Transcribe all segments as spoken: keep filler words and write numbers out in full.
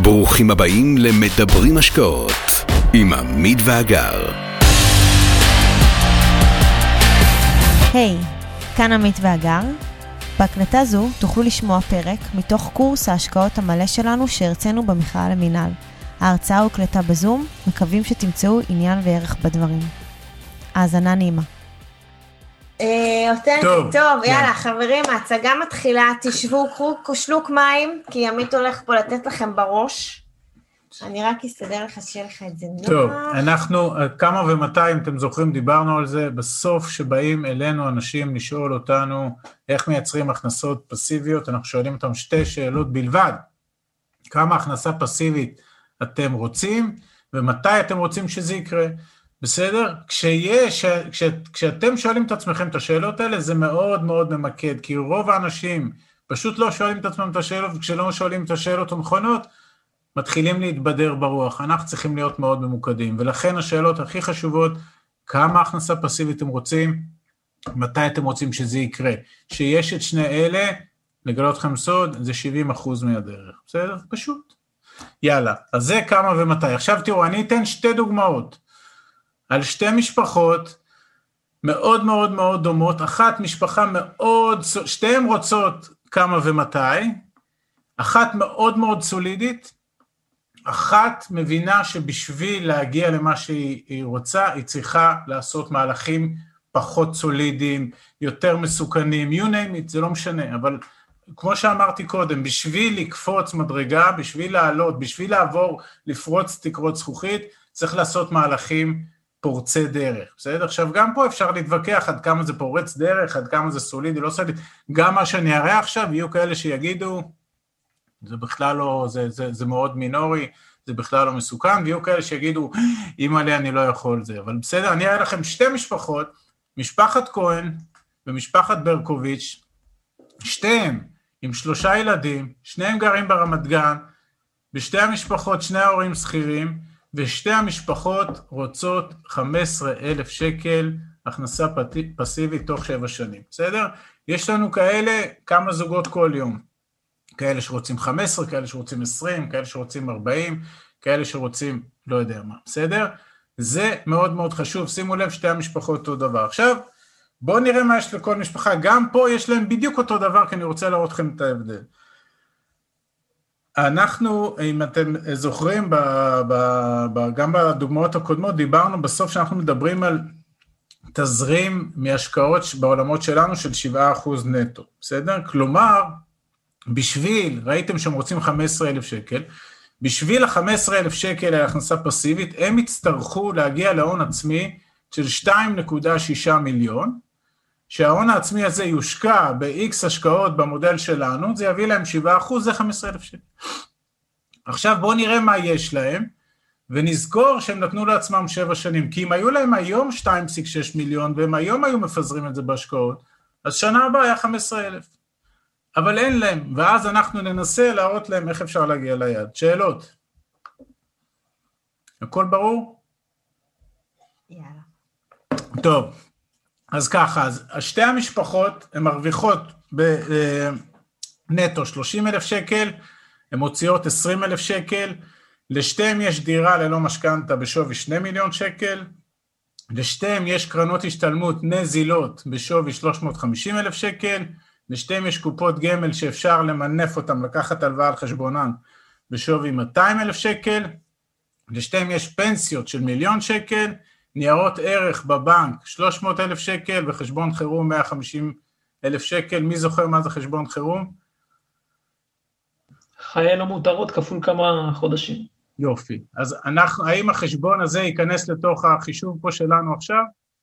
ברוכים הבאים למדברים השקעות עם עמית ואגר. היי, כאן עמית ואגר. בהקלטה זו תוכלו לשמוע פרק מתוך קורס ההשקעות המלא שלנו שהרצינו במכללה למינהל. ההרצאה הוקלטה בזום, מקווים שתמצאו עניין וערך בדברים. האזנה נעימה. טוב, טוב, יאללה חברים, ההצגה מתחילה, תשבו, קחו שלוק מים, כי עמית הולך פה לתת לכם בראש. אני רק אסתדר לך שיהיה לך את זה נוח. טוב, אנחנו כמה ומתי, אם אתם זוכרים, דיברנו על זה, בסוף שבאים אלינו אנשים לשאול אותנו איך מייצרים הכנסות פסיביות, אנחנו שואלים אותם שתי שאלות בלבד. כמה הכנסה פסיבית אתם רוצים, ומתי אתם רוצים שזה יקרה? בסדר? כשיש, כש, כשאתם שואלים את עצמכם את השאלות האלה, זה מאוד מאוד ממקד, כי רוב האנשים פשוט לא שואלים את עצמם את השאלות, וכשלא שואלים את השאלות הנכונות, מתחילים להתבדר ברוח. אנחנו צריכים להיות מאוד ממוקדים, ולכן השאלות הכי חשובות, כמה הכנסה פסיבית אתם רוצים, מתי אתם רוצים שזה יקרה. שיש את שני אלה, לגלות לכם סוד, זה שבעים אחוז מהדרך. בסדר? פשוט. יאללה, אז זה כמה ומתי. עכשיו תראו, אני אתן שתי דוגמאות, על שתי משפחות מאוד מאוד מאוד דומות, אחת משפחה מאוד, שתיהן רוצות כמה ומתי, אחת מאוד מאוד סולידית, אחת מבינה שבשביל להגיע למה שהיא רוצה, היא צריכה לעשות מהלכים פחות סולידיים, יותר מסוכנים, you name it, זה לא משנה, אבל כמו שאמרתי קודם, בשביל לקפוץ מדרגה, בשביל לעלות, בשביל לעבור, לפרוץ תקרות זכוכית, צריך לעשות מהלכים פורצי דרך, בסדר? עכשיו גם פה אפשר להתווכח עד כמה זה פורץ דרך, עד כמה זה סולידי, לא סולידי, גם מה שאני אראה עכשיו, יהיו כאלה שיגידו, זה בכלל לא, זה, זה, זה מאוד מינורי, זה בכלל לא מסוכן, ויהיו כאלה שיגידו, אם עליה אני לא יכול זה, אבל בסדר, אני אראה לכם שתי משפחות, משפחת כהן ומשפחת ברקוביץ', שתיהם עם שלושה ילדים, שניהם גרים ברמת גן, בשתי המשפחות שני ההורים שכירים, ושתי המשפחות רוצות חמישה עשר אלף שקל הכנסה פסיבית תוך שבע שנים, בסדר? יש לנו כאלה כמה זוגות כל יום, כאלה שרוצים חמש עשרה, כאלה שרוצים עשרים, כאלה שרוצים ארבעים, כאלה שרוצים לא יודע מה, בסדר? זה מאוד מאוד חשוב, שימו לב שתי המשפחות אותו דבר. עכשיו, בואו נראה מה יש לכל משפחה, גם פה יש להם בדיוק אותו דבר, כי אני רוצה להראות לכם את ההבדל. אנחנו, אם אתם זוכרים, ב, ב, ב, גם בדוגמאות הקודמות, דיברנו בסוף שאנחנו מדברים על תזרים מהשקעות בעולמות שלנו של שבעה אחוז נטו, בסדר? כלומר, בשביל, ראיתם שהם רוצים חמישה עשר אלף שקל, בשביל ה-חמישה עשר אלף שקל להכנסה פסיבית, הם יצטרכו להגיע להון עצמי של שתיים נקודה שש מיליון, שההון העצמי הזה יושקע ב-X השקעות במודל שלנו, זה יביא להם שבעה אחוז, זה חמישה עשר אלף שקל. עכשיו בואו נראה מה יש להם, ונזכור שהם נתנו לעצמם שבע שנים, כי אם היו להם היום שתיים נקודה שש מיליון, והם היום היו מפזרים את זה בהשקעות, אז שנה הבאה היה חמישה עשר אלף. אבל אין להם, ואז אנחנו ננסה להראות להם איך אפשר להגיע ליד. שאלות? הכל ברור? יאללה. טוב. אז ככה, אז שתי המשפחות הן מרוויחות בנטו שלושים אלף שקל, הן מוציאות עשרים אלף שקל, לשתיהם יש דירה ללא משכנתה בשווי שני מיליון שקל, לשתיהם יש קרנות השתלמות נזילות בשווי שלוש מאות וחמישים אלף שקל, לשתיהם יש קופות גמל שאפשר למנף אותם, לקחת הלוואה על חשבונן בשווי מאתיים אלף שקל, לשתיהם יש פנסיות של מיליון שקל, ניירות ערך בבנק שלוש מאות אלף שקל, וחשבון חירום מאה וחמישים אלף שקל. מי זוכר מה זה חשבון חירום? חיי לא מותרות כפול כמה חודשים. יופי. אז אנחנו, האם החשבון הזה ייכנס לתוך החישוב פה שלנו עכשיו?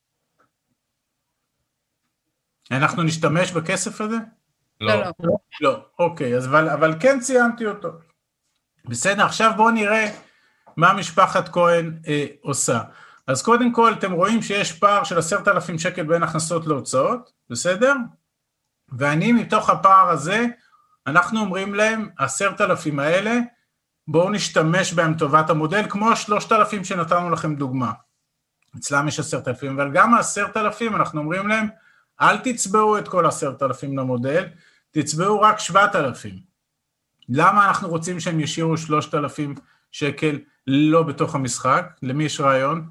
אנחנו נשתמש בכסף הזה? לא. לא. לא. אוקיי, אז אבל, אבל כן ציינתי אותו. בסדר, עכשיו בואו נראה מה משפחת כהן אה, עושה. אז קודם כל, אתם רואים שיש פער של עשרת אלפים שקל בין הכנסות להוצאות, בסדר? ואני מתוך הפער הזה, אנחנו אומרים להם, עשרת אלפים האלה, בואו נשתמש בהם טובת המודל, כמו השלושת אלפים שנתנו לכם דוגמה. אצלם יש עשרת אלפים, אבל גם העשרת אלפים, אנחנו אומרים להם, אל תצבעו את כל עשרת אלפים למודל, תצבעו רק שבעת אלפים. למה אנחנו רוצים שהם ישירו שלושת אלפים שקל לא בתוך המשחק? למי יש רעיון?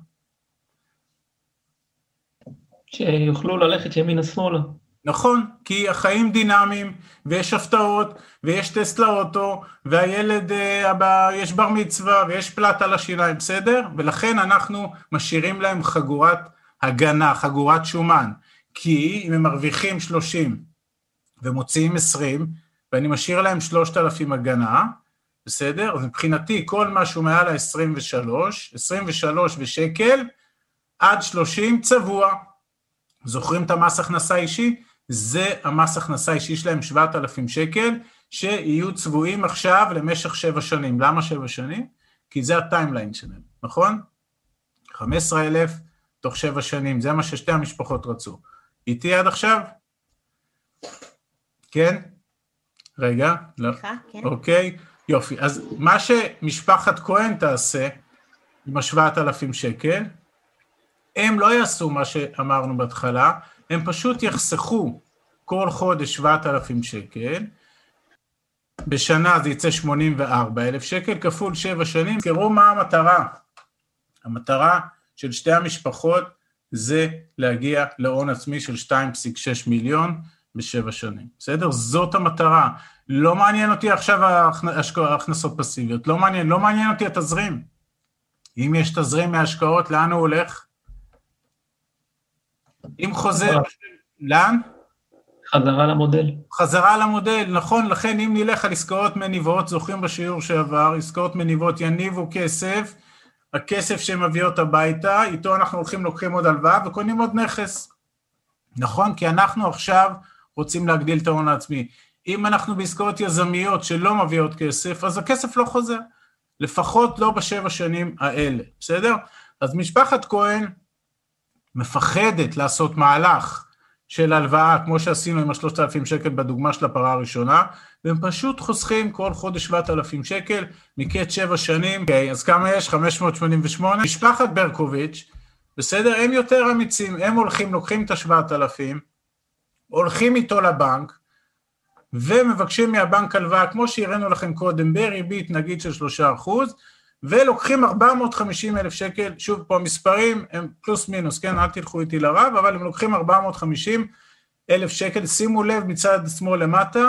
שיוכלו ללכת ימינה שמאלה. נכון, כי החיים דינמיים, ויש הפתעות, ויש טסט לאוטו, והילד, אה, יש בר מצווה, ויש פלט על השיניים, בסדר? ולכן אנחנו משאירים להם חגורת הגנה, חגורת שומן, כי אם הם מרוויחים שלושים ומוציאים עשרים, ואני משאיר להם שלושת אלפים הגנה, בסדר? אז מבחינתי כל משהו מעל ה-עשרים ושלוש, עשרים ושלוש ושקל, עד שלושים צבוע. זוכרים את המס הכנסה אישי? זה המס הכנסה אישי שלהם שבעת אלפים שקל, שיהיו צבועים עכשיו למשך שבע שנים. למה שבע שנים? כי זה הטיימליין שלהם, נכון? חמישה עשר אלף תוך שבע שנים, זה מה ששתי המשפחות רצו. איתי עד עכשיו? כן? רגע, לא. כן. אוקיי, יופי. אז מה שמשפחת כהן תעשה, עם השבעת אלפים שקל, הם לא יעשו מה שאמרנו בהתחלה, הם פשוט יחסכו כל חודש שבעת אלפים שקל, בשנה זה יצא שמונים וארבעה אלף שקל, כפול שבע שנים. תראו מה המטרה. המטרה של שתי המשפחות זה להגיע להון עצמי של שתיים נקודה שש מיליון בשבע שנים. בסדר? זאת המטרה. לא מעניין אותי עכשיו ההכנסות פסיביות, לא מעניין, לא מעניין אותי התזרים. אם יש תזרים מההשקעות, לאן הוא הולך? אם חוזר, לאן? חזרה למודל. חזרה למודל, נכון, לכן אם נלך על עסקאות מניבות, זוכרים בשיעור שעבר, עסקאות מניבות יניבו כסף, הכסף שמביאות הביתה, איתו אנחנו הולכים לוקחים עוד הלוואה וקונים עוד נכס. נכון? כי אנחנו עכשיו רוצים להגדיל את ההון העצמי. אם אנחנו בעסקאות יזמיות שלא מביאות כסף, אז הכסף לא חוזר. לפחות לא בשבע שנים האלה, בסדר? אז משפחת כהן מפחדת לעשות מהלך של הלוואה, כמו שעשינו עם ה-שלושת אלפים שקל בדוגמה של הפרה הראשונה, והם פשוט חוסכים כל חודש שבעת אלפים שקל, מקץ שבע שנים. אוקיי, אז כמה יש? חמש מאות שמונים ושמונה. משפחת ברקוביץ', בסדר? הם יותר אמיצים, הם הולכים, לוקחים את ה-שבעת אלפים, הולכים איתו לבנק, ומבקשים מהבנק הלוואה, כמו שהראינו לכם קודם, בריבית נגיד של שלושה אחוז, ולוקחים ארבע מאות וחמישים אלף שקל, שוב פה המספרים הם פלוס מינוס, כן, אל תלכו איתי לרב, אבל הם לוקחים ארבע מאות וחמישים אלף שקל, שימו לב מצד שמאל למטה,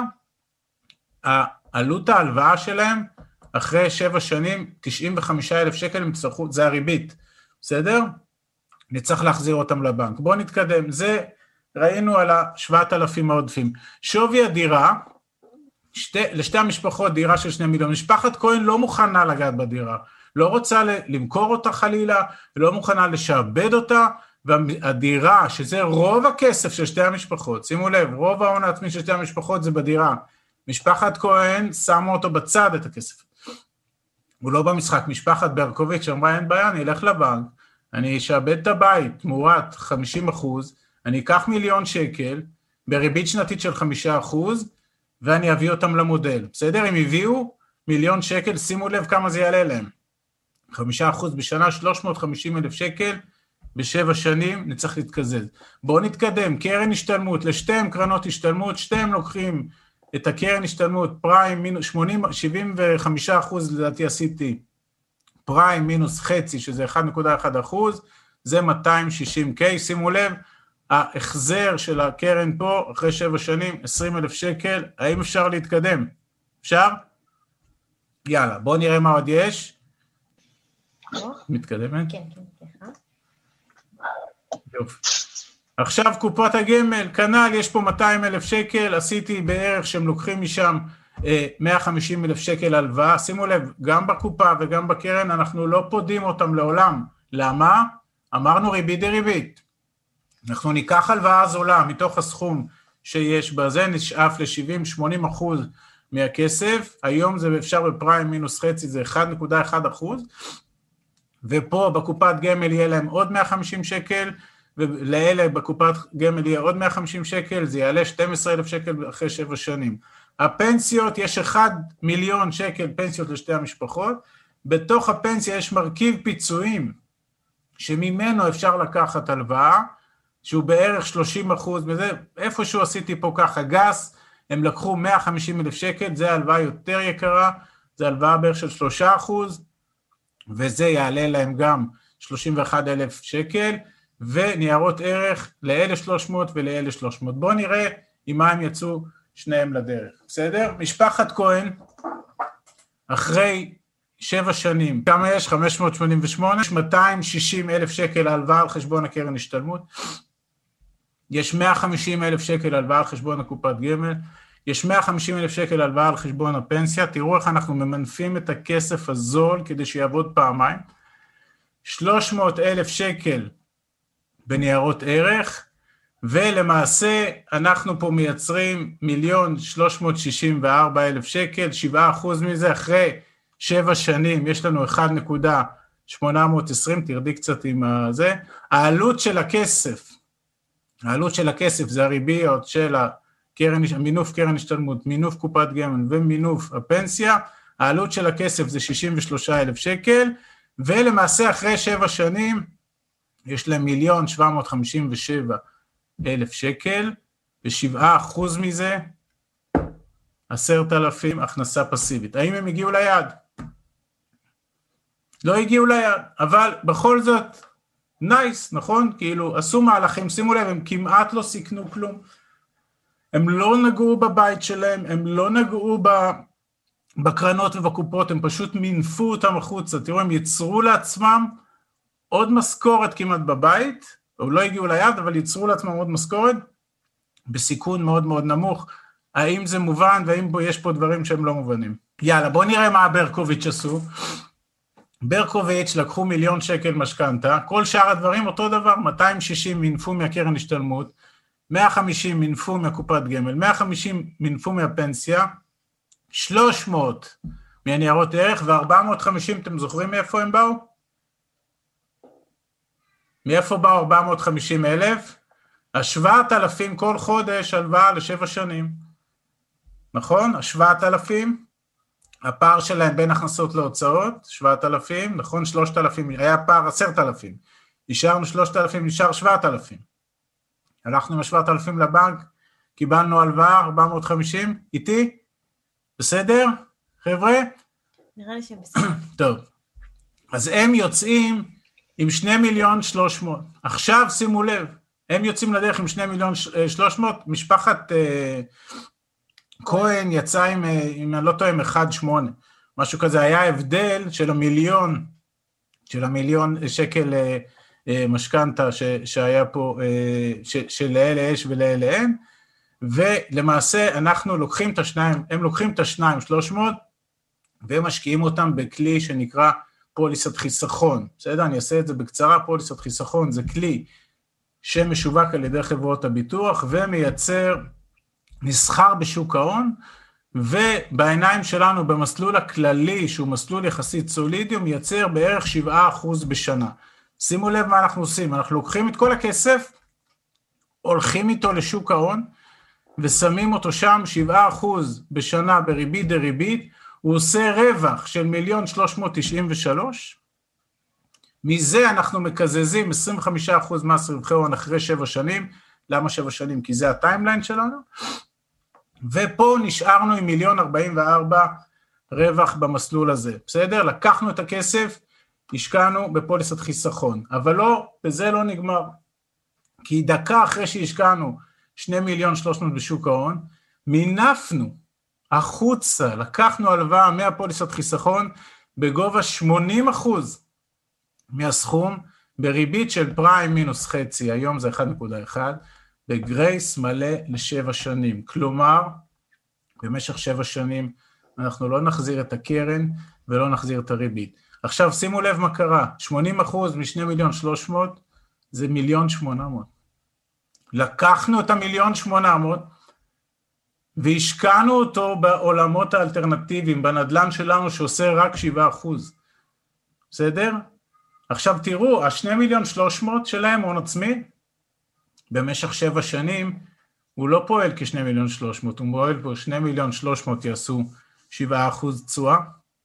העלות ההלוואה שלהם, אחרי שבע שנים, תשעים וחמישה אלף שקל, הם צטרכו, זה הריבית, בסדר? נצטרך להחזיר אותם לבנק. בואו נתקדם, זה ראינו על ה-שבעת אלפים העודפים. שווי הדירה, שתי, לשתי המשפחות דירה של שני מיליון, משפחת כהן לא מוכנה לגעת בדירה, לא רוצה למכור אותה חלילה, לא מוכנה לשעבד אותה, והדירה, שזה רוב הכסף של שתי המשפחות, שימו לב, רוב ההון העצמי של שתי המשפחות זה בדירה, משפחת כהן שמו אותו בצד את הכסף, הוא לא במשחק. משפחת ברקוביץ' אמרה אין בעיה, אני אלך לבנק, אני אשעבד את הבית תמורת חמישים אחוז, אני אקח מיליון שקל, בריבית שנתית של חמישה אחוז, ואני אביא אותם למודל, בסדר? הם הביאו מיליון שקל, שימו לב כמה זה יעלה להם, חמישה אחוז בשנה, שלוש מאות וחמישים אלף שקל, בשבע שנים נצטרך להתקזז. בואו נתקדם, קרן השתלמות, לשתיהם קרנות השתלמות, שתיהם לוקחים את הקרן השתלמות, פריים מינוס שמונים, שבעים וחמישה אחוז לדעתי עשיתי, פריים מינוס חצי, שזה אחד נקודה אחת אחוז, זה מאתיים ושישים קיי, שימו לב, ההחזר של הקרן פה, אחרי שבע שנים, עשרים אלף שקל, האם אפשר להתקדם? אפשר? יאללה, בואו נראה מה עוד יש. מתקדמת? כן, כן, כן. יופי. עכשיו קופות הגמל, כנ"ל, יש פה מאתיים אלף שקל, עשיתי בערך שהם לוקחים משם אה, מאה וחמישים אלף שקל הלוואה, שימו לב, גם בקופה וגם בקרן, אנחנו לא פודים אותם לעולם. למה? אמרנו ריבית דריבית. אנחנו ניקח הלוואה זולה מתוך הסכום שיש בזה, נשאף ל-שבעים שמונים אחוז מהכסף, היום זה אפשר בפריים מינוס חצי, זה אחד נקודה אחת אחוז, ופה בקופת גמל יהיה להם עוד מאה וחמישים שקל, ולאלה בקופת גמל יהיה עוד מאה וחמישים שקל, זה יעלה שנים עשר אלף שקל אחרי שבע שנים. הפנסיות, יש אחד מיליון שקל פנסיות לשתי המשפחות, בתוך הפנסיה יש מרכיב פיצויים, שממנו אפשר לקחת הלוואה, שהוא בערך שלושים אחוז, וזה איפשהו עשיתי פה ככה גס, הם לקחו מאה וחמישים אלף שקל, זה הלוואה יותר יקרה, זה הלוואה בערך של שלושה אחוז, וזה יעלה להם גם שלושים ואחד אלף שקל, וניירות ערך ל-אלף ושלוש מאות ול-אלף ושלוש מאות. בואו נראה עם מה הם יצאו שניהם לדרך, בסדר? משפחת כהן, אחרי שבע שנים, כמה יש? חמש מאות שמונים ושמונה, יש מאתיים ושישים אלף שקל הלוואה על חשבון הקרן השתלמות, יש מאה וחמישים אלף שקל הלוואה על חשבון הקופת גמל, יש מאה וחמישים אלף שקל הלוואה על חשבון הפנסיה, תראו איך אנחנו ממנפים את הכסף הזול כדי שיעבוד פעמיים, שלוש מאות אלף שקל בניירות ערך, ולמעשה אנחנו פה מייצרים מיליון שלוש מאות שישים וארבע אלף שקל, שבעה אחוז מזה אחרי שבע שנים, יש לנו אחד נקודה שמונה מאות עשרים, תרדי קצת עם זה, העלות של הכסף, העלות של הכסף זה הריביות של הקרן, מינוף קרן השתלמות, מינוף קופת גמל ומינוף הפנסיה, העלות של הכסף זה שישים ושלושה אלף שקל, ולמעשה אחרי שבע שנים, יש להם מיליון שבע מאות חמישים ושבע אלף שקל, ושבעה אחוז מזה, עשרת אלפים הכנסה פסיבית. האם הם הגיעו ליעד? לא הגיעו ליעד, אבל בכל זאת, נייס, נכון? כאילו, עשו מהלכים, שימו לב, הם כמעט לא סיכנו כלום, הם לא נגעו בבית שלהם, הם לא נגעו בקרנות ובקופות, הם פשוט מינפו אותם החוצה, תראו, הם יצרו לעצמם עוד משכורת כמעט בבית, או לא הגיעו ליעד, אבל יצרו לעצמם עוד משכורת, בסיכון מאוד מאוד נמוך, האם זה מובן, והאם בו יש פה דברים שהם לא מובנים. יאללה, בואו נראה מה ברקוביץ' עשו. ברקוביץ' לקחו מיליון שקל משכנתה, כל שאר הדברים אותו דבר, מאתיים ושישים מינפו מהקרן השתלמות, מאה וחמישים מינפו מהקופת גמל, מאה וחמישים מינפו מהפנסיה, שלוש מאות מהניירות ערך, ו-ארבע מאות וחמישים, אתם זוכרים מאיפה הם באו? מאיפה באו ארבע מאות וחמישים אלף? השבעת אלפים כל חודש הלוואה לשבע שנים, נכון? השבעת אלפים, הפער שלהם בין הכנסות להוצאות, שבעת אלפים, נכון? שלושת אלפים, היה פער עשרת אלפים, נשארנו שלושת אלפים, נשאר שבעת אלפים, הלכנו עם שבעת אלפים לבנק, קיבלנו הלוואה ארבע מאות וחמישים, איתי? בסדר? חבר'ה? נראה לי שהם בסדר. טוב, אז הם יוצאים עם שני מיליון שלוש מאות, עכשיו שימו לב, הם יוצאים לדרך עם שני מיליון שלוש מאות, משפחת אה, כהן יצא עם, אם אני לא טועה, עם אחד נקודה שמונה, משהו כזה, היה הבדל של המיליון, של המיליון שקל אה, אה, משכנתה ש, שהיה פה, אה, ש, שלאלה יש ולאלה אין, ולמעשה אנחנו לוקחים את השניים, הם לוקחים את השניים שלוש מאות, ומשקיעים אותם בכלי שנקרא פוליסת חיסכון, בסדר? אני אעשה את זה בקצרה, פוליסת חיסכון זה כלי שמשווק על ידי חברות הביטוח, ומייצר נסחר בשוק ההון, ובעיניים שלנו במסלול הכללי, שהוא מסלול יחסית סולידי, הוא מייצר בערך שבעה אחוז בשנה. שימו לב מה אנחנו עושים, אנחנו לוקחים את כל הכסף, הולכים איתו לשוק ההון, ושמים אותו שם שבעה אחוז בשנה בריבית דריבית, הוא עושה רווח של מיליון שלוש מאות תשעים ושלוש, מזה אנחנו מקזזים עשרים וחמישה אחוז מס רווחי הון אחרי שבע שנים, למה שבע שנים? כי זה הטיימליין שלנו, ופה נשארנו עם מיליון ארבעים וארבע רווח במסלול הזה, בסדר? לקחנו את הכסף, השקענו בפוליסת חיסכון, אבל לא, בזה לא נגמר, כי דקה אחרי שהשקענו שני מיליון שלוש מאות בשוק ההון, מינפנו החוצה, לקחנו הלוואה מהפוליסת חיסכון, בגובה שמונים אחוז מהסכום, בריבית של פריים מינוס חצי, היום זה אחד נקודה אחת, בגרייס מלא לשבע שנים, כלומר, במשך שבע שנים, אנחנו לא נחזיר את הקרן, ולא נחזיר את הריבית. עכשיו שימו לב מה קרה, שמונים אחוז משני מיליון שלוש מאות, זה מיליון שמונה מאות. לקחנו את המיליון שמונה מאות, והשקענו אותו בעולמות האלטרנטיביים, בנדלן שלנו שעושה רק שבעה אחוז. בסדר? עכשיו תראו, השני מיליון שלוש מאות שלהם הון עצמי, במשך שבע שנים, הוא לא פועל כשני מיליון שלוש מאות, הוא פועל פה שני מיליון שלוש מאות יעשו שבעה אחוז תשואה,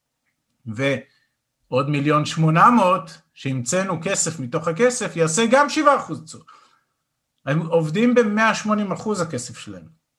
ועוד מיליון שמונה מאות, שהמצאנו כסף מתוך הכסף, יעשה גם שבעה אחוז תשואה. הם עובדים ב-מאה ושמונים אחוז הכסף שלהם.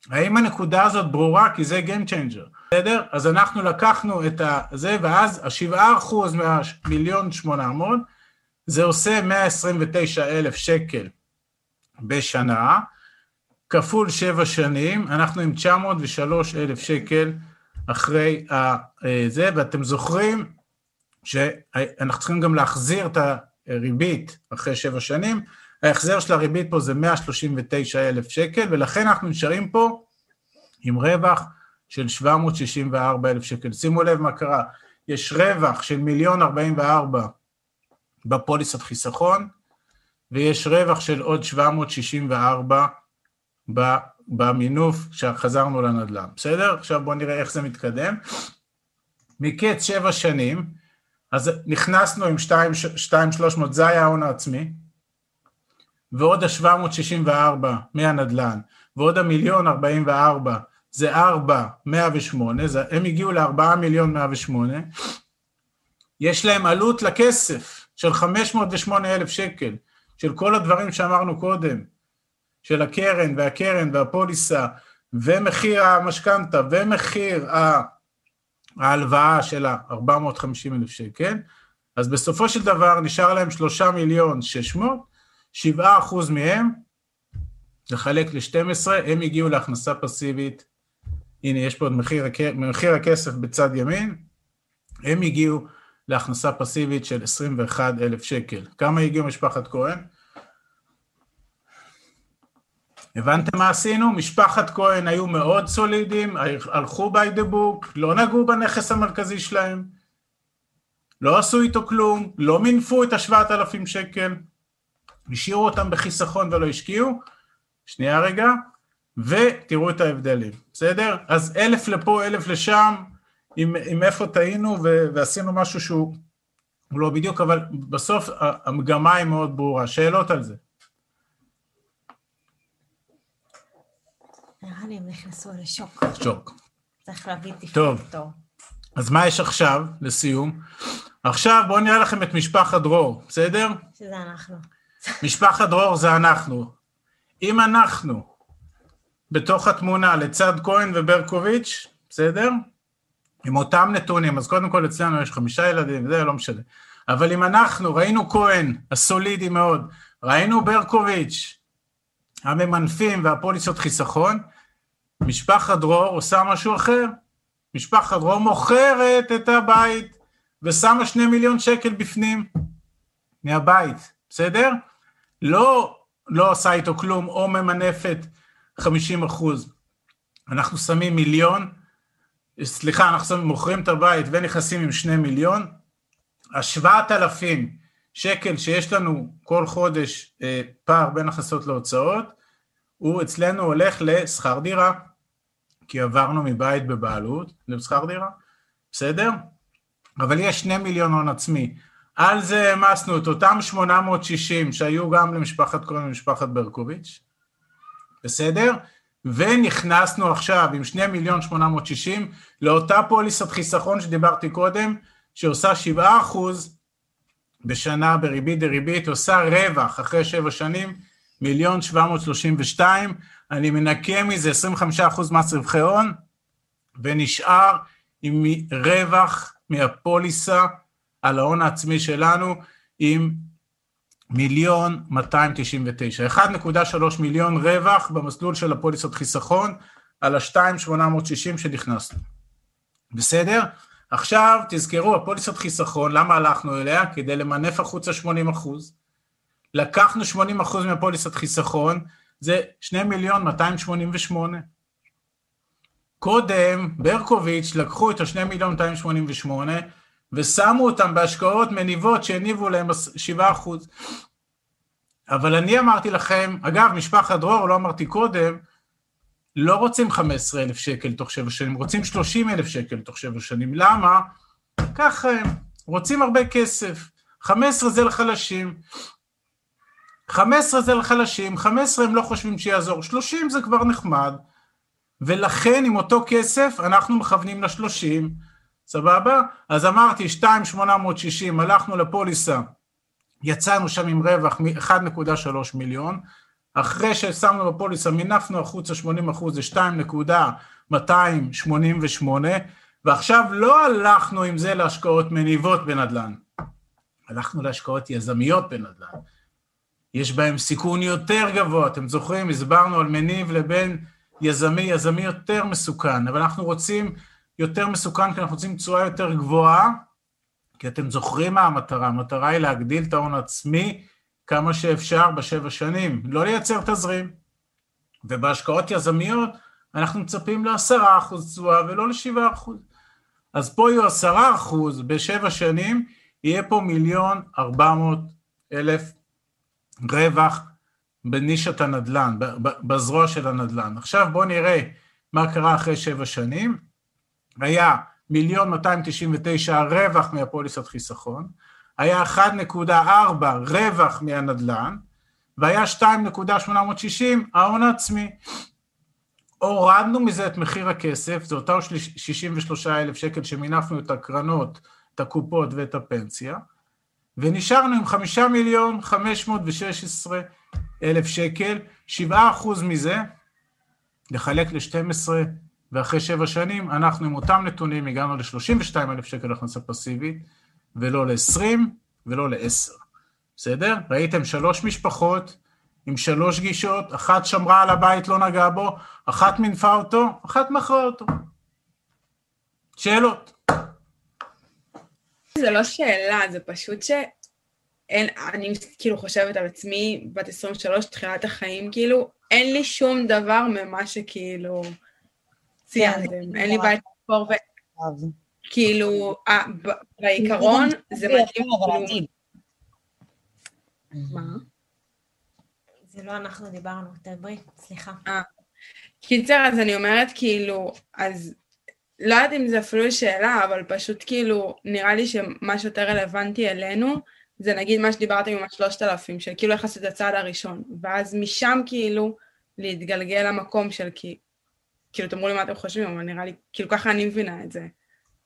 האם הנקודה הזאת ברורה? כי זה Game Changer, בסדר? אז אנחנו לקחנו את זה, ואז ה-שבעה אחוז מהמיליון שמונה מאות, זה עושה מאה עשרים ותשעה אלף שקל בשנה, כפול שבע שנים, אנחנו עם תשע מאות ושלושה אלף שקל אחרי זה, ואתם זוכרים שאנחנו צריכים גם להחזיר את הריבית אחרי שבע שנים, ההחזר של הריבית פה זה מאה שלושים ותשעה אלף שקל, ולכן אנחנו נשארים פה עם רווח של שבע מאות שישים וארבעה אלף שקל. שימו לב מה קרה, יש רווח של מיליון ארבעים וארבע בפוליסת חיסכון, ויש רווח של עוד שבע מאות שישים וארבע במינוף שחזרנו לנדל"ן. בסדר? עכשיו בואו נראה איך זה מתקדם. מקץ שבע שנים, אז נכנסנו עם שתיים שלוש מאות, זה היה ההון העצמי, ועוד ה-שבע מאות שישים וארבע מהנדל"ן, ועוד המיליון ארבעים וארבע, זה ארבע מאה ושמונה, זה, הם הגיעו ל-ארבעה מיליון מאה ושמונה, יש להם עלות לכסף של חמש מאות ושמונה אלף שקל, של כל הדברים שאמרנו קודם, של הקרן והקרן והפוליסה, ומחיר המשכנתא, ומחיר ההלוואה של ה-ארבע מאות וחמישים אלף שקל, אז בסופו של דבר נשאר להם שלושה מיליון שש מאות, שבעה אחוז מהם, לחלק ל-שתים עשרה, הם הגיעו להכנסה פסיבית, הנה יש פה עוד מחיר, מחיר הכסף בצד ימין, הם הגיעו להכנסה פסיבית של עשרים ואחד אלף שקל. כמה הגיעו משפחת כהן? הבנתם מה עשינו? משפחת כהן היו מאוד סולידיים, הלכו by the book, לא נגעו בנכס המרכזי שלהם, לא עשו איתו כלום, לא מינפו את ה-שבעת אלפים שקל, השאירו אותם בחיסכון ולא השקיעו, שנייה רגע, ותראו את ההבדלים, בסדר? אז אלף לפה, אלף לשם, עם, עם איפה טעינו, ועשינו משהו שהוא לא בדיוק, אבל בסוף המגמה היא מאוד ברורה. שאלות על זה? נראה לי הם נכנסו לשוק. שוק. צריך להביא טיפול. טוב, אז מה יש עכשיו, לסיום? עכשיו בואו נראה לכם את משפחת דרור, בסדר? שזה אנחנו. משפחת דרור זה אנחנו. אם אנחנו בתוך התמונה לצד כהן וברקוביץ', בסדר? עם אותם נתונים, אז קודם כל אצלנו יש חמישה ילדים, זה לא משנה. אבל אם אנחנו ראינו כהן, הסולידי מאוד, ראינו ברקוביץ', הממנפים והפוליסות חיסכון, משפחת דרור עושה משהו אחר. משפחת דרור מוכרת את הבית, ושמה שני מיליון שקל בפנים מהבית, בסדר? לא, לא עושה איתו כלום, או ממנפת חמישים אחוז. אנחנו שמים מיליון, סליחה, אנחנו מוכרים את הבית ונכנסים עם שני מיליון, השבעת אלפים שקל שיש לנו כל חודש אה, פער בין הכנסות להוצאות, הוא אצלנו הולך לשכר דירה, כי עברנו מבית בבעלות לשכר דירה, בסדר? אבל יש שני מיליון הון עצמי, על זה המסנו את אותם שמונה מאות שישים שהיו גם למשפחת כהן ומשפחת ברקוביץ', בסדר? ונכנסנו עכשיו עם שני מיליון שמונה מאות שישים לאותה פוליסת חיסכון שדיברתי קודם, שעושה שבעה אחוז בשנה בריבית דריבית, עושה רווח אחרי שבע שנים, מיליון שבע מאות שלושים ושתיים, אני מנקה מזה עשרים וחמישה אחוז מס רווחי הון, ונשאר עם רווח מהפוליסה על ההון העצמי שלנו, עם מיליון מאתיים תשעים ותשע, אחד נקודה שלוש מיליון רווח במסלול של הפוליסות חיסכון, על ה-שתיים שמונה מאות שישים שנכנסנו. בסדר? עכשיו תזכרו, הפוליסות חיסכון, למה הלכנו אליה? כדי למנף החוצה שמונים אחוז. לקחנו שמונים אחוז מהפוליסות חיסכון, זה שני מיליון מאתיים שמונים ושמונה. קודם, ברקוביץ' לקחו את ה-שני מיליון מאתיים שמונים ושמונה, ושמו אותם בהשקעות מניבות שהניבו להם שבעה אחוז. אבל אני אמרתי לכם, אגב, משפחת דרור, לא אמרתי קודם, לא רוצים חמישה עשר אלף שקל תוך שבע שנים, רוצים שלושים אלף שקל תוך שבע שנים. למה? ככה הם רוצים הרבה כסף. חמש עשרה זה לחלשים. חמש עשרה זה לחלשים, חמש עשרה הם לא חושבים שיעזור, שלושים זה כבר נחמד, ולכן עם אותו כסף אנחנו מכוונים ל-שלושים, סבבה? אז אמרתי, שתיים שמונה מאות שישים, הלכנו לפוליסה, יצאנו שם עם רווח אחד נקודה שלוש מיליון, אחרי ששמנו בפוליסה, מינפנו החוצה שמונים אחוז, זה שתיים נקודה מאתיים שמונים ושמונה, ועכשיו לא הלכנו עם זה להשקעות מניבות בנדל"ן, הלכנו להשקעות יזמיות בנדל"ן, יש בהם סיכון יותר גבוה, אתם זוכרים, הסברנו על מניב לבין יזמי, יזמי יותר מסוכן, אבל אנחנו רוצים יותר מסוכן, כי אנחנו רוצים תשואה יותר גבוהה, כי אתם זוכרים מה המטרה, המטרה היא להגדיל את ההון עצמי, כמה שאפשר בשבע שנים, לא לייצר תזרים, ובהשקעות יזמיות, אנחנו מצפים לעשרה אחוז תשואה, ולא לשבעה אחוז, אז פה יהיו עשרה אחוז בשבע שנים, יהיה פה מיליון ארבע מאות אלף רווח, בנישת הנדל"ן, בזרוע של הנדל"ן. עכשיו בואו נראה מה קרה אחרי שבע שנים, היה מיליון מאתיים תשעים ותשע רווח מהפוליסת חיסכון, היה אחת נקודה ארבע רווח מהנדל"ן, והיה שתיים נקודה שמונה מאות שישים ההון העצמי. הורדנו מזה את מחיר הכסף, זה אותם שישים ושלושה אלף שקל שמינפנו את הקרנות, את הקופות ואת הפנסיה, ונשארנו עם חמישה מיליון חמש מאות ושש עשרה אלף שקל, שבעה אחוז מזה, לחלק ל-שתים עשרה, ואחרי שבע שנים, אנחנו עם אותם נתונים, הגענו ל-שלושים ושתיים אלף שקל הכנסה פסיבית, ולא ל-עשרים, ולא ל-עשר. בסדר? ראיתם שלוש משפחות, עם שלוש גישות, אחת שמרה על הבית, לא נגעה בו, אחת מנפה אותו, אחת מכרה אותו. שאלות. זה לא שאלה, זה פשוט ש... אין, אני כאילו חושבת על עצמי, בת עשרים ושלוש, תחילת החיים, כאילו, אין לי שום דבר ממה שכאילו ציינתם, אין לי בית ספור, וכאילו, בעיקרון, זה מדהים. מה? זה לא אנחנו דיברנו, תדברי, סליחה. קיצר, אז אני אומרת כאילו, אז לא יודעת אם זה אפילו שאלה, אבל פשוט כאילו, נראה לי שמה שיותר רלוונטי אלינו, זה נגיד מה שדיברתם עם השלושת אלפים, של כאילו יחסית הצעד הראשון, ואז משם כאילו להתגלגל למקום של כי, כאילו תאמרו לי מה אתם חושבים, אבל נראה לי, כאילו ככה אני מבינה את זה.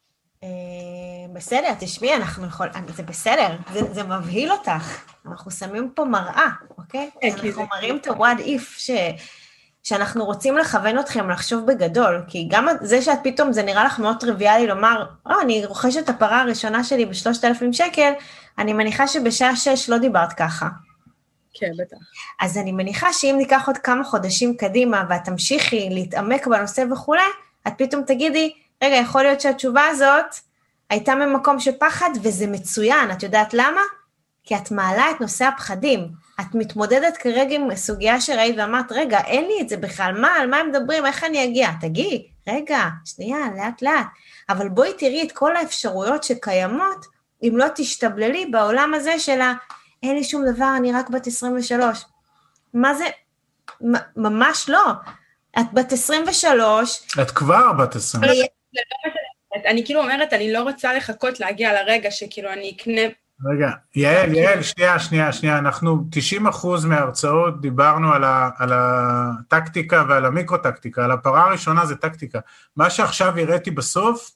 בסדר, תשמעי, אנחנו יכול, זה בסדר, זה, זה מבהיל אותך, אנחנו שמים פה מראה, אוקיי? אנחנו מראים את ה-what if ש... שאנחנו רוצים לכוון אתכם לחשוב בגדול, כי גם זה שאת פתאום, זה נראה לך מאוד טריוויאלי לומר, או, אני רוכשת את הפרה הראשונה שלי בשלושת אלפים שקל, אני מניחה שבשעה שש לא דיברת ככה. כן, בטח. אז אני מניחה שאם ניקח עוד כמה חודשים קדימה, ואת תמשיכי להתעמק בנושא וכו', את פתאום תגידי, רגע, יכול להיות שהתשובה הזאת הייתה ממקום שפחד, וזה מצוין, את יודעת למה? כי את מעלה את נושא הפחדים, את מתמודדת כרגע עם סוגיה שראית ואמרת, רגע, אין לי את זה בכלל, מה, על מה הם מדברים, איך אני אגיע? תגיעי, רגע, שנייה, לאט לאט, אבל בואי תראי את כל האפשרויות שקיימות, אם לא תשתבללי בעולם הזה שלה, אין לי שום דבר, אני רק בת עשרים ושלוש. מה זה? ממש לא. את בת עשרים ושלוש. את כבר בת עשרים ושלוש. אני כאילו אומרת, אני לא רוצה לחכות להגיע לרגע שכאילו אני אקנה... רגע, יעל, יעל, שנייה, שנייה, שנייה, אנחנו תשעים אחוז מההרצאות דיברנו על, ה, על הטקטיקה ועל המיקרו-טקטיקה, על הפרה הראשונה זה טקטיקה. מה שעכשיו הראיתי בסוף,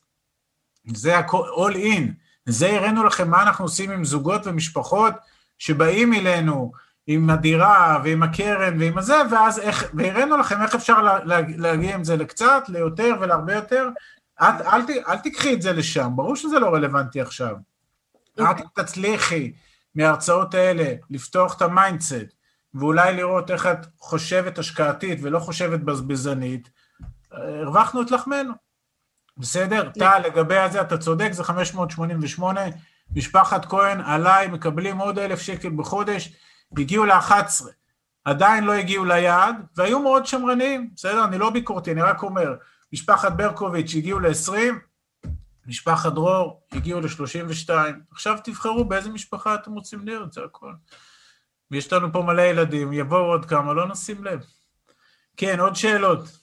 זה all in, זה הראינו לכם מה אנחנו עושים עם זוגות ומשפחות, שבאים אלינו עם הדירה ועם הקרן ועם הזה, ואז איך, והראינו לכם איך אפשר לה, לה, להגיע עם זה לקצת, ליותר ולהרבה יותר, אל, אל, אל תקחי את זה לשם, ברור שזה לא רלוונטי עכשיו. את תצליחי מההרצאות האלה לפתוח את המיינדסט, ואולי לראות איך את חושבת השקעתית ולא חושבת בזבזנית, הרווחנו את לחמנו. בסדר? טל, לגבי הזה אתה צודק, זה חמש מאות שמונים ושמונה, משפחת כהן עליי מקבלים עוד אלף שקל בחודש, הגיעו ל-אחת עשרה, עדיין לא הגיעו ליעד, והיו מאוד שמרניים, בסדר? אני לא ביקורתי, אני רק אומר, משפחת ברקוביץ' הגיעו ל-עשרים, משפחת דרור הגיעו ל-שלושים ושתיים, עכשיו תבחרו באיזה משפחה אתם רוצים להיות, זה הכל. ויש לנו פה מלא ילדים, יבואו עוד כמה, לא נשים לב. כן, עוד שאלות.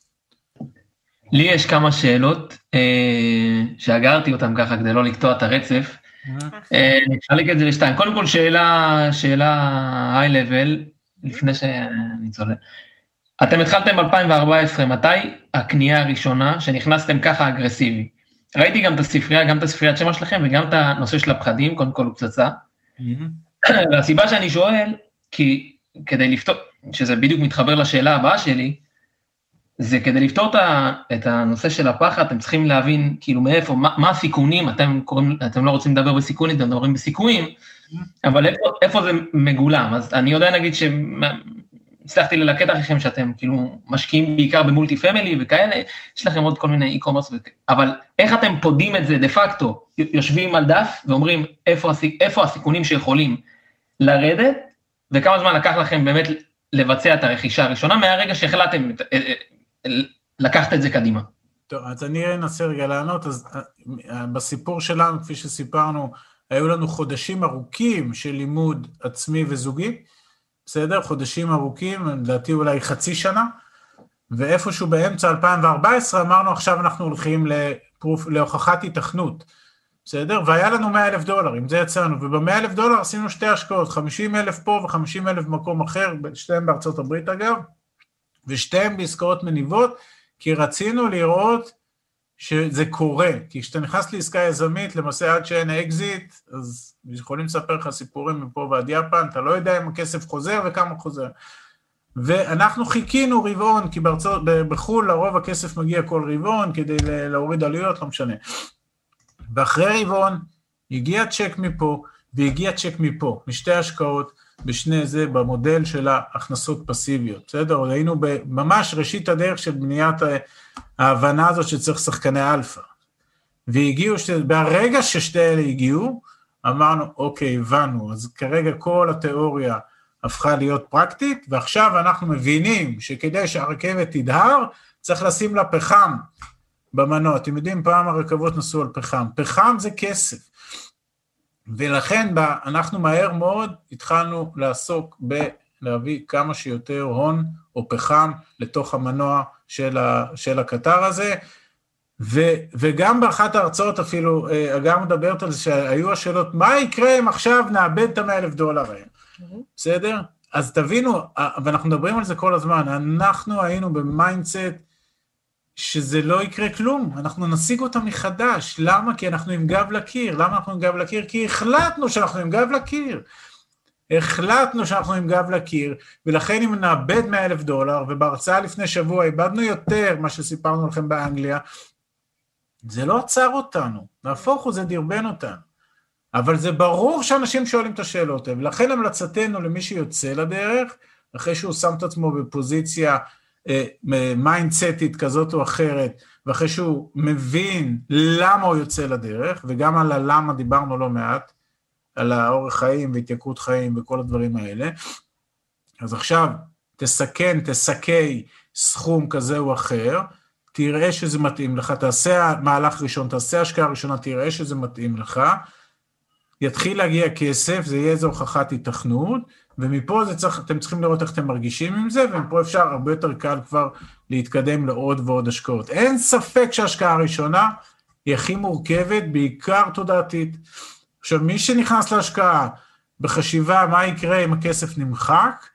לי יש כמה שאלות, אה, שאגרתי אותם ככה כדי לא לקטוע את הרצף. אה, נשאלק את זה לשתיים. קודם כל שאלה, שאלה high level, לפני שאני צולל. אתם התחלתם ב-אלפיים וארבע עשרה, מתי הקנייה הראשונה שנכנסתם ככה אגרסיבי? ראיתי גם את הספרייה, גם את הספריית שמה שלכם, וגם את הנושא של הפחדים, קודם כל הוא פצצה. והסיבה שאני שואל, כי כדי לפתור, שזה בדיוק מתחבר לשאלה הבאה שלי, זה כדי לפתור את הנושא של הפחד, אתם צריכים להבין כאילו מאיפה, מה, מה הסיכונים, אתם, קוראים, אתם לא רוצים לדבר בסיכונים, אתם מדברים בסיכויים, אבל איפה, איפה זה מגולם? אז אני יודע נגיד שהצלחתי ללקט לכם שאתם כאילו משקיעים בעיקר במולטי פמילי וכאלה, יש לכם עוד כל מיני e-commerce, אבל איך אתם פודים את זה דה פקטו, יושבים על דף ואומרים איפה, איפה הסיכונים שיכולים לרדת, וכמה זמן לקח לכם באמת לבצע את הרכישה הראשונה, מהרגע שהחלטתם לקחת את זה קדימה. טוב, אז אני אנסה רגע לענות, אז בסיפור שלנו, כפי שסיפרנו, היו לנו חודשים ארוכים של לימוד עצמי וזוגי, בסדר? חודשים ארוכים, לדעתי אולי חצי שנה, ואיפשהו באמצע אלפיים וארבע עשרה אמרנו, עכשיו אנחנו הולכים לפרוף, להוכחת התכנות, בסדר? והיה לנו מאה אלף דולר, אם זה יצאנו, ובמאה אלף דולר עשינו שתי השקעות, חמישים אלף פה וחמישים אלף במקום אחר, שתיהם בארצות הברית אגב, ושתיהם בעסקאות מניבות, כי רצינו לראות שזה קורה, כי כשאתה נכנס לעסקה יזמית, למעשה עד שאין אקזיט, אז יכולים לספר לך סיפורים מפה ועד יפן, אתה לא יודע אם הכסף חוזר וכמה חוזר. ואנחנו חיכינו רבעון, כי בארצות, בחול לרוב הכסף מגיע כל רבעון, כדי להוריד עלויות, לא משנה. ואחרי רבעון, הגיע צ'ק מפה, והגיע צ'ק מפה, משתי השקעות, בשני זה, במודל של ההכנסות פסיביות, בסדר? היינו ממש ראשית הדרך של בניית ההבנה הזאת שצריך שחקני אלפא, והגיעו, ברגע ששתי אלה הגיעו, אמרנו, אוקיי, הבנו, אז כרגע כל התיאוריה הפכה להיות פרקטית, ועכשיו אנחנו מבינים שכדי שהרכבת תדהר, צריך לשים לה פחם במנוע. אתם יודעים, פעם הרכבות נסעו על פחם. פחם זה כסף. ולכן אנחנו מהר מאוד התחלנו לעסוק בלהביא כמה שיותר הון או פחם לתוך המנוע של, ה, של הקטר הזה, ו, וגם באחת ההרצאות אפילו, אגב מדברת על זה שהיו השאלות, מה יקרה אם עכשיו נאבד את המאה אלף דולר האלה? Mm-hmm. בסדר? אז תבינו, ואנחנו מדברים על זה כל הזמן, אנחנו היינו במיינדסט, שזה לא יקרה כלום, אנחנו נשיג אותה מחדש, למה? כי אנחנו עם גב לקיר, למה אנחנו עם גב לקיר? כי החלטנו שאנחנו עם גב לקיר, החלטנו שאנחנו עם גב לקיר, ולכן אם נאבד מאה אלף דולר, ובהרצאה לפני שבוע איבדנו יותר, מה שסיפרנו לכם באנגליה, זה לא עצר אותנו, נהפוך הוא, זה דרבן אותנו, אבל זה ברור שאנשים שואלים את השאלות, ולכן המלצתנו למי שיוצא לדרך, אחרי שהוא שם את עצמו בפוזיציה, מיינדסטית כזאת או אחרת, ואחרי שהוא מבין למה הוא יוצא לדרך, וגם על הלמה דיברנו לא מעט, על האורח חיים והתייקרות חיים וכל הדברים האלה, אז עכשיו תסכן, תסקי סכום כזה או אחר, תראה שזה מתאים לך, תעשה מהלך ראשון, תעשה השקעה ראשונה, תראה שזה מתאים לך, יתחיל להגיע כסף, זה יהיה איזו הוכחת התכנות, ומפה זה צריך, אתם צריכים לראות איך אתם מרגישים עם זה, ומפה אפשר הרבה יותר קל כבר להתקדם לעוד ועוד השקעות. אין ספק שההשקעה הראשונה היא הכי מורכבת, בעיקר תודעתית. עכשיו, מי שנכנס להשקעה בחשיבה מה יקרה אם הכסף נמחק,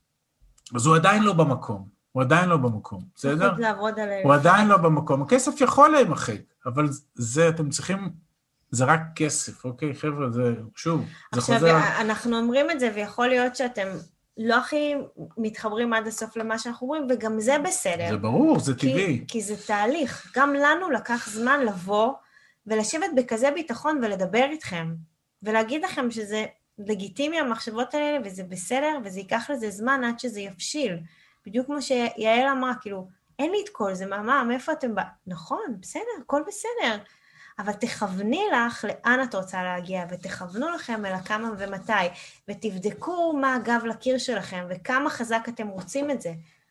אז הוא עדיין לא במקום, הוא עדיין לא במקום, בסדר? הוא עדיין לא במקום, הכסף יכול להימחק, אבל זה אתם צריכים... זה רק כסף, אוקיי, חבר'ה, זה שוב, זה עכשיו, חוזר... עכשיו, אנחנו אומרים את זה, ויכול להיות שאתם לא הכי מתחברים עד הסוף למה שאנחנו אומרים, וגם זה בסדר. זה ברור, זה כי, טבעי. כי זה תהליך. גם לנו לקח זמן לבוא, ולשבת בכזה ביטחון, ולדבר איתכם, ולהגיד לכם שזה לגיטימי, המחשבות האלה, וזה בסדר, וזה ייקח לזה זמן עד שזה יפשיל. בדיוק כמו שיעל אמרה, כאילו, אין לי את כל זה, מה, מה, מאיפה אתם בא? נכון, בסדר, הכל בסדר. אבל תכווני לך לאן את רוצה להגיע, ותכוונו לכם אל הכמה ומתי, ותבדקו מה הגב לקיר שלכם, וכמה חזק אתם רוצים את זה.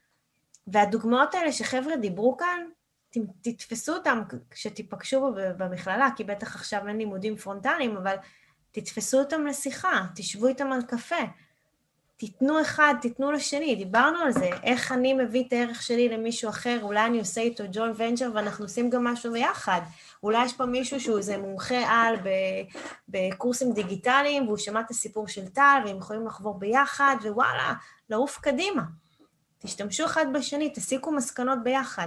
והדוגמאות האלה שחבר'ה דיברו כאן, תתפסו אותם כשתיפגשו במכללה, כי בטח עכשיו אין לימודים פרונטליים, אבל תתפסו אותם לשיחה, תשבו איתם על קפה, תיתנו אחד, תיתנו לשני, דיברנו על זה, איך אני מביא את הערך שלי למישהו אחר, אולי אני עושה איתו ג'ון ונצ'ר, ואנחנו עושים גם משהו ביחד, אולי יש פה מישהו שהוא איזה מומחה על בקורסים דיגיטליים, והוא שמע את הסיפור של טל, והם יכולים לחבור ביחד, ווואלה, לעוף קדימה. תשתמשו אחד בשני, תסיקו מסקנות ביחד.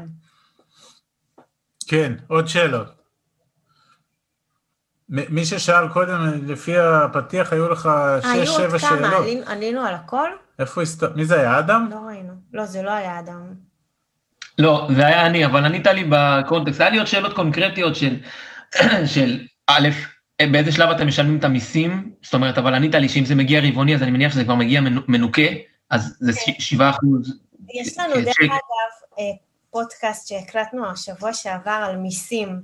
כן, עוד שאלות. מי ששאל קודם, לפי הפתיח, היו לך שש, שבע שאלות. היו עוד כמה, עלינו על הכל? איפה הסת... מי זה היה, אדם? לא ראינו. לא, זה לא היה אדם. לא, זה היה אני, אבל ענית לי בקונטקסט. היה לי עוד שאלות קונקרטיות של, של א', באיזה שלב אתם משלמים את המיסים, זאת אומרת, אבל ענית לי שאם זה מגיע רבעוני, אז אני מניח שזה כבר מגיע מנוקה, אז זה שבעה אחוז. יש לנו דרך אגב פודקאסט שהקלטנו השבוע שעבר על מיסים.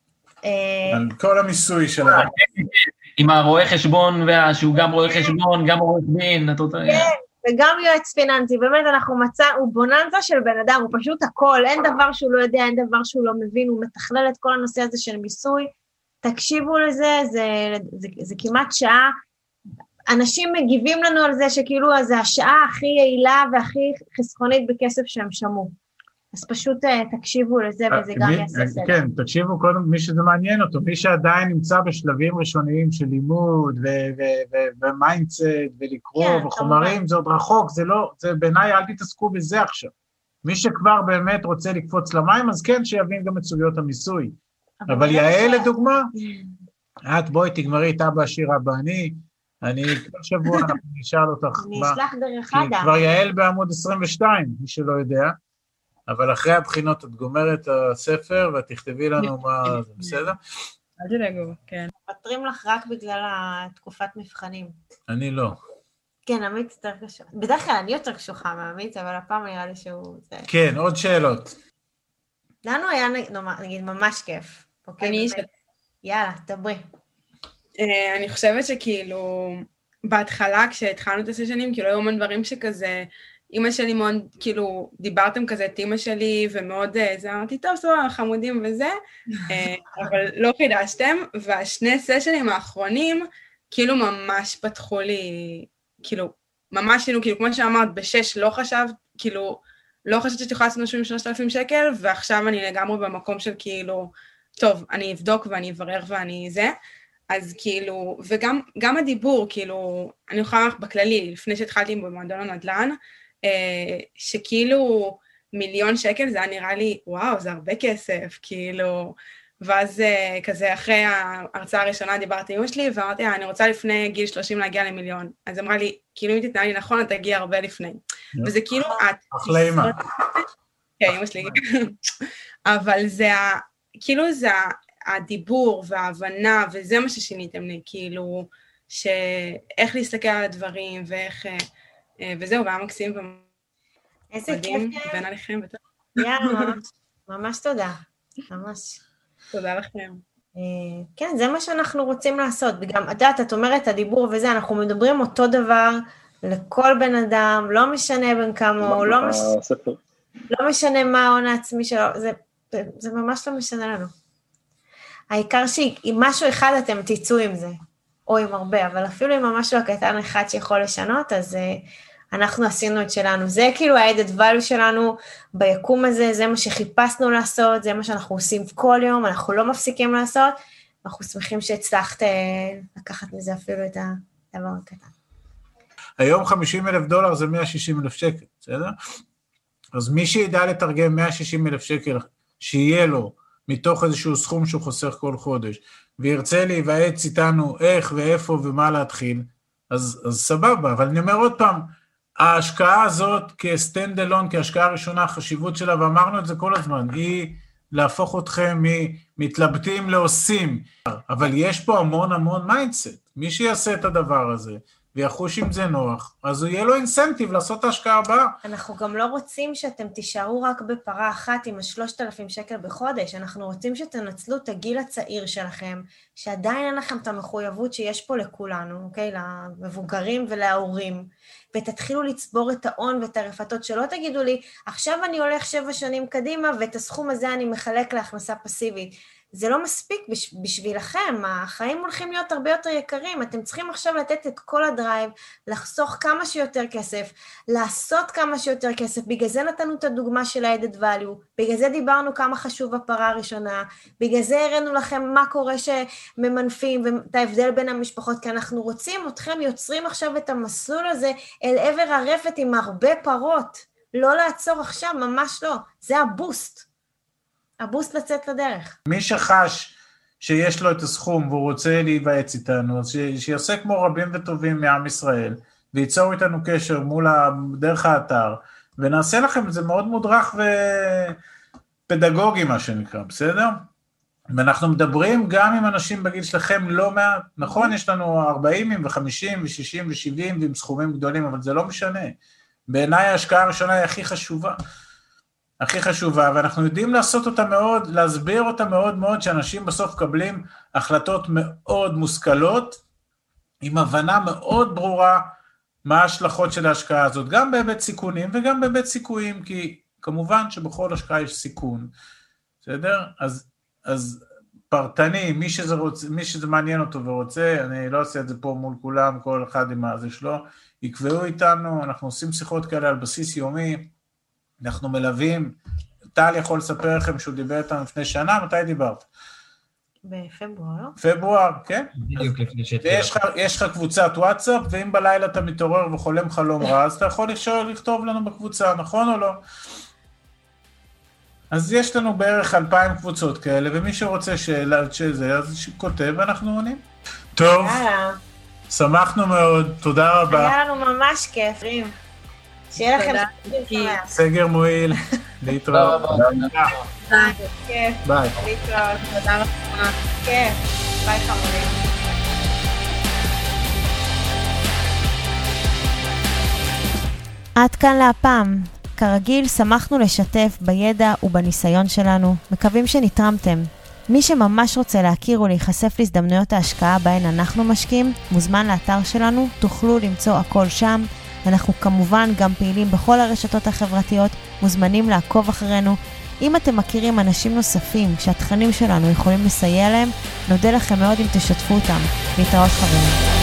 על כל המיסוי שלה. עם הרואה חשבון, שהוא גם רואה חשבון, גם רואה דין, אתה יודע. כן, וגם יועץ פיננסי, באמת אנחנו מצא, הוא בוננזה של בן אדם, הוא פשוט הכל, אין דבר שהוא לא יודע, אין דבר שהוא לא מבין, הוא מתכלל את כל הנושא הזה של מיסוי, תקשיבו לזה, זה, זה, זה כמעט שעה, אנשים מגיבים לנו על זה שכאילו זה השעה הכי יעילה והכי חסכונית בכסף שהם שמעו. אז פשוט תקשיבו לזה וזה גם יעשה סדר. כן, תקשיבו קודם מי שזה מעניין אותו, מי שעדיין נמצא בשלבים ראשוניים של לימוד ומיינדסט ולקרוא וחומרים, זה עוד רחוק, זה לא, זה בעיניי אל תתעסקו בזה עכשיו. מי שכבר באמת רוצה לקפוץ למים, אז כן שיבין גם את סוגיות המיסוי. אבל יעל לדוגמה, את בואי תגמרי את אבא עשיר אבא אני, אני כל שבוע אנחנו נשאל אותך. אני אשלח דרך אדם. כבר יעל בעמוד עשרים ושתיים, מי שלא יודע. אבל אחרי הבחינות את גומרת את הספר, ואת תכתבי לנו מה זה, בסדר? אל תדאגו, כן. מפטרים לך רק בגלל התקופת מבחנים. אני לא. כן, עמית יותר קשוח. בדרך כלל אני יותר קשוחה מעמית, אבל הפעם נראה לי שהוא... כן, עוד שאלות. לנו היה, נגיד, ממש כיף. אני... יאללה, דברי. אני חושבת שכאילו, בהתחלה, כשהתחלנו את הסשנים, כאילו היו המון דברים שכזה... אמא שלי מאוד, כאילו, דיברתם כזה את אמא שלי, ומאוד, זה אמרתי, טוב, סבבה, חמודים וזה, אבל לא חידשתם, והשני סשנים האחרונים, כאילו ממש פתחו לי, כאילו, ממש, כאילו, כמו שאמרת, בשש לא חשבת, כאילו, לא חשבת שאת יכולה לעשות משהו עם שלושת אלפים שקל, ועכשיו אני לגמרי במקום של כאילו, טוב, אני אבדוק ואני אברר ואני זה, אז כאילו, וגם גם הדיבור, כאילו, אני יכולה לך בכללי, לפני שהתחלתי במועדון הנדל"ן, שכאילו מיליון שקל, זה היה נראה לי, וואו, זה הרבה כסף, כאילו, ואז כזה אחרי ההרצאה הראשונה דיברתי עם אמא שלי, ואמרתי, אני רוצה לפני גיל שלושים להגיע למיליון, אז אמרה לי, כאילו אם תתנהל לי נכון, אתה תגיע הרבה לפני, וזה כאילו, אחלה אמא. כן, אמא שלי, אבל זה, כאילו זה הדיבור וההבנה, וזה מה ששיניתם לי, כאילו, שאיך להסתכל על הדברים, ואיך... וזהו, והיה מקסים ומדהים. איזה כיף. בין עליכם. יאללה, ממש, ממש תודה. ממש. תודה לכם. כן, זה מה שאנחנו רוצים לעשות. וגם, את יודעת, את אומרת, הדיבור וזה, אנחנו מדברים אותו דבר לכל בן אדם, לא משנה בין כמה, או לא, מש... לא משנה מה ההון העצמי שלו, זה, זה ממש לא משנה לנו. העיקר שאם משהו אחד אתם תצאו עם זה. או עם הרבה, אבל אפילו עם המשהו הקטן אחד שיכול לשנות, אז uh, אנחנו עשינו את שלנו. זה כאילו ה-added value שלנו ביקום הזה, זה מה שחיפשנו לעשות, זה מה שאנחנו עושים כל יום, אנחנו לא מפסיקים לעשות, אנחנו שמחים שהצלחת uh, לקחת מזה אפילו את הדבר הקטן. היום חמישים אלף דולר זה מאה ושישים אלף שקל, בסדר? אז מי שידע לתרגם מאה ושישים אלף שקל, שיהיה לו מתוך איזשהו סכום שהוא חוסך כל חודש, וירצה להיוועץ איתנו איך ואיפה ומה להתחיל, אז, אז סבבה, אבל אני אומר עוד פעם, ההשקעה הזאת כסטנד אלון, כהשקעה ראשונה, החשיבות שלה, ואמרנו את זה כל הזמן, היא להפוך אתכם ממתלבטים לעושים, אבל יש פה המון המון מיינדסט, מי שיעשה את הדבר הזה, ויחוש עם זה נוח, אז יהיה לו אינסנטיב לעשות את ההשקעה הבאה. אנחנו גם לא רוצים שאתם תישארו רק בפרה אחת עם השלושת אלפים שקל בחודש, אנחנו רוצים שתנצלו את הגיל הצעיר שלכם, שעדיין אין לכם את המחויבות שיש פה לכולנו, אוקיי? למבוגרים ולהורים, ותתחילו לצבור את ההון ואת הרפתות, שלא תגידו לי, עכשיו אני הולך שבע שנים קדימה, ואת הסכום הזה אני מחלק להכנסה פסיבית. זה לא מספיק בשבילכם, החיים הולכים להיות הרבה יותר יקרים, אתם צריכים עכשיו לתת את כל הדרייב, לחסוך כמה שיותר כסף, לעשות כמה שיותר כסף, בגלל זה נתנו את הדוגמה של ה-added value, בגלל זה דיברנו כמה חשוב הפרה הראשונה, בגלל זה הראינו לכם מה קורה שממנפים, ואת ההבדל בין המשפחות, כי אנחנו רוצים אתכם יוצרים עכשיו את המסלול הזה, אל עבר הרפת עם הרבה פרות, לא לעצור עכשיו, ממש לא, זה הבוסט. הבוסט לצאת לדרך. מי שחש שיש לו את הסכום והוא רוצה להיוועץ איתנו, אז שיעשה כמו רבים וטובים מעם ישראל, וייצור איתנו קשר מול דרך האתר, ונעשה לכם את זה מאוד מודרך ופדגוגי, מה שנקרא, בסדר? ואנחנו מדברים גם עם אנשים בגיל שלכם לא מעט, נכון, יש לנו ארבעים ו-חמישים ו-שישים ו-שבעים ועם סכומים גדולים, אבל זה לא משנה. בעיניי ההשקעה הראשונה היא הכי חשובה, הכי חשובה, ואנחנו יודעים לעשות אותה מאוד, להסביר אותה מאוד מאוד, שאנשים בסוף קבלים החלטות מאוד מושכלות, עם הבנה מאוד ברורה, מה ההשלכות של ההשקעה הזאת, גם בהיבט סיכונים וגם בהיבט סיכויים, כי כמובן שבכל השקעה יש סיכון, בסדר? אז, אז פרטני, מי שזה, רוצ, מי שזה מעניין אותו ורוצה, אני לא עושה את זה פה מול כולם, כל אחד עם הזה שלו, יקבעו איתנו, אנחנו עושים שיחות כאלה על בסיס יומי, אנחנו מלווים, טל יכול לספר לכם שהוא דיבר איתנו לפני שנה, מתי דיברת? בפברואר. פברואר, כן? בדיוק לפני שהתחילה. יש לך קבוצת וואטסאפ, ואם בלילה אתה מתעורר וחולם חלום רע, אז אתה יכול לכתוב לנו בקבוצה, נכון או לא? אז יש לנו בערך אלפיים קבוצות כאלה, ומי שרוצה שאלה שזה, אז כותב ואנחנו עונים. טוב, שמחנו מאוד, תודה רבה. היה לנו ממש כיף. שיהיה לכם סגר מועיל, להתראות. כיף. ביי. להתראות, תודה רבה. כיף. ביי חמודים. עד כאן להפעם. כרגיל, שמחנו לשתף בידע ובניסיון שלנו. מקווים שנתרמתם. מי שממש רוצה להכיר ולהיחשף להזדמנויות ההשקעה בהן אנחנו משקיעים, מוזמן לאתר שלנו, תוכלו למצוא הכל שם. אנחנו כמובן גם פעילים בכל הרשתות החברתיות, מוזמנים לעקוב אחרינו. אם אתם מכירים אנשים נוספים שהתכנים שלנו יכולים לסייע להם, נודה לכם מאוד אם תשתפו אותם. להתראות חברים.